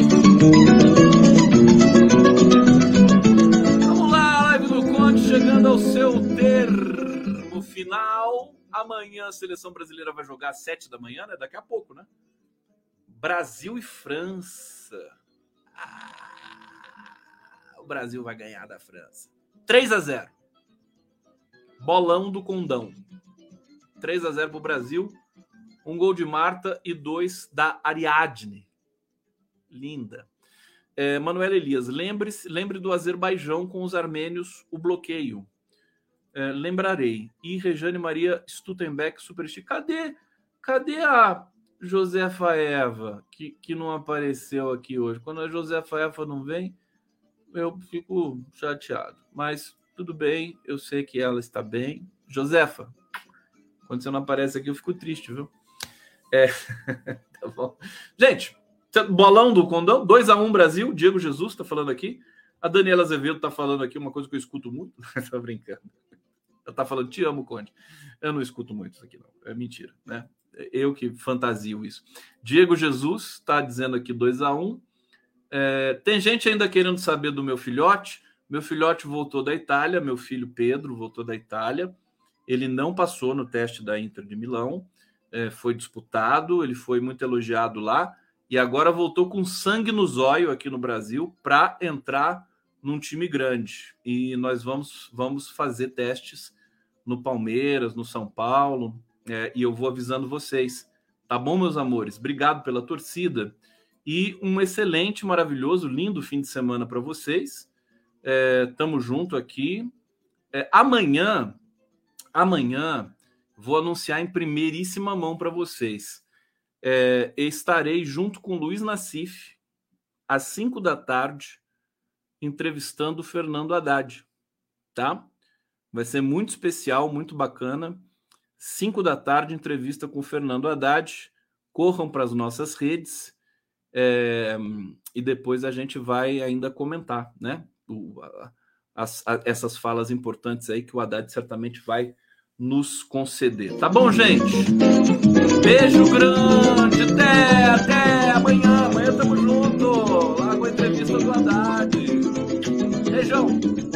S1: Vamos lá, a live do Conde chegando ao seu termo final. Amanhã a seleção brasileira vai jogar às sete da manhã, né? Daqui a pouco, né? Brasil e França. Ah, o Brasil vai ganhar da França. três a zero. Bolão do Condão. três a zero para o Brasil. Um gol de Marta e dois da Ariadne. Linda. É, Manuel Elias, lembre-se, lembre do Azerbaijão com os armênios, o bloqueio. É, lembrarei. E Rejane Maria Stuttenbeck, super chique. Cadê, cadê a Josefa Eva, que, que não apareceu aqui hoje? Quando a Josefa Eva não vem, eu fico chateado. Mas tudo bem, eu sei que ela está bem. Josefa, quando você não aparece aqui, eu fico triste, viu? É, tá bom. Gente, bolão do Condão, dois a um Brasil, Diego Jesus está falando aqui. A Daniela Azevedo está falando aqui uma coisa que eu escuto muito. Estou brincando. Ela tá falando, te amo, Conde. Eu não escuto muito isso aqui, não. É mentira, né? Eu que fantasio isso. Diego Jesus está dizendo aqui dois a um. É, tem gente ainda querendo saber do meu filhote. Meu filhote voltou da Itália, meu filho Pedro voltou da Itália. Ele não passou no teste da Inter de Milão, é, foi disputado, ele foi muito elogiado lá e agora voltou com sangue no zóio aqui no Brasil para entrar num time grande. E nós vamos, vamos fazer testes no Palmeiras, no São Paulo, é, e eu vou avisando vocês. Tá bom, meus amores? Obrigado pela torcida e um excelente, maravilhoso, lindo fim de semana para vocês. É, tamo junto aqui. É, amanhã, amanhã, vou anunciar em primeiríssima mão para vocês. É, estarei junto com o Luiz Nassif, às cinco da tarde, entrevistando o Fernando Haddad, tá? Vai ser muito especial, muito bacana. cinco da tarde, entrevista com o Fernando Haddad. Corram para as nossas redes é, e depois a gente vai ainda comentar, né? O, a, as, a, essas falas importantes aí que o Haddad certamente vai nos conceder. Tá bom, gente? Beijo grande, até, até amanhã. Amanhã tamo junto, lá com a entrevista do Haddad. Beijão.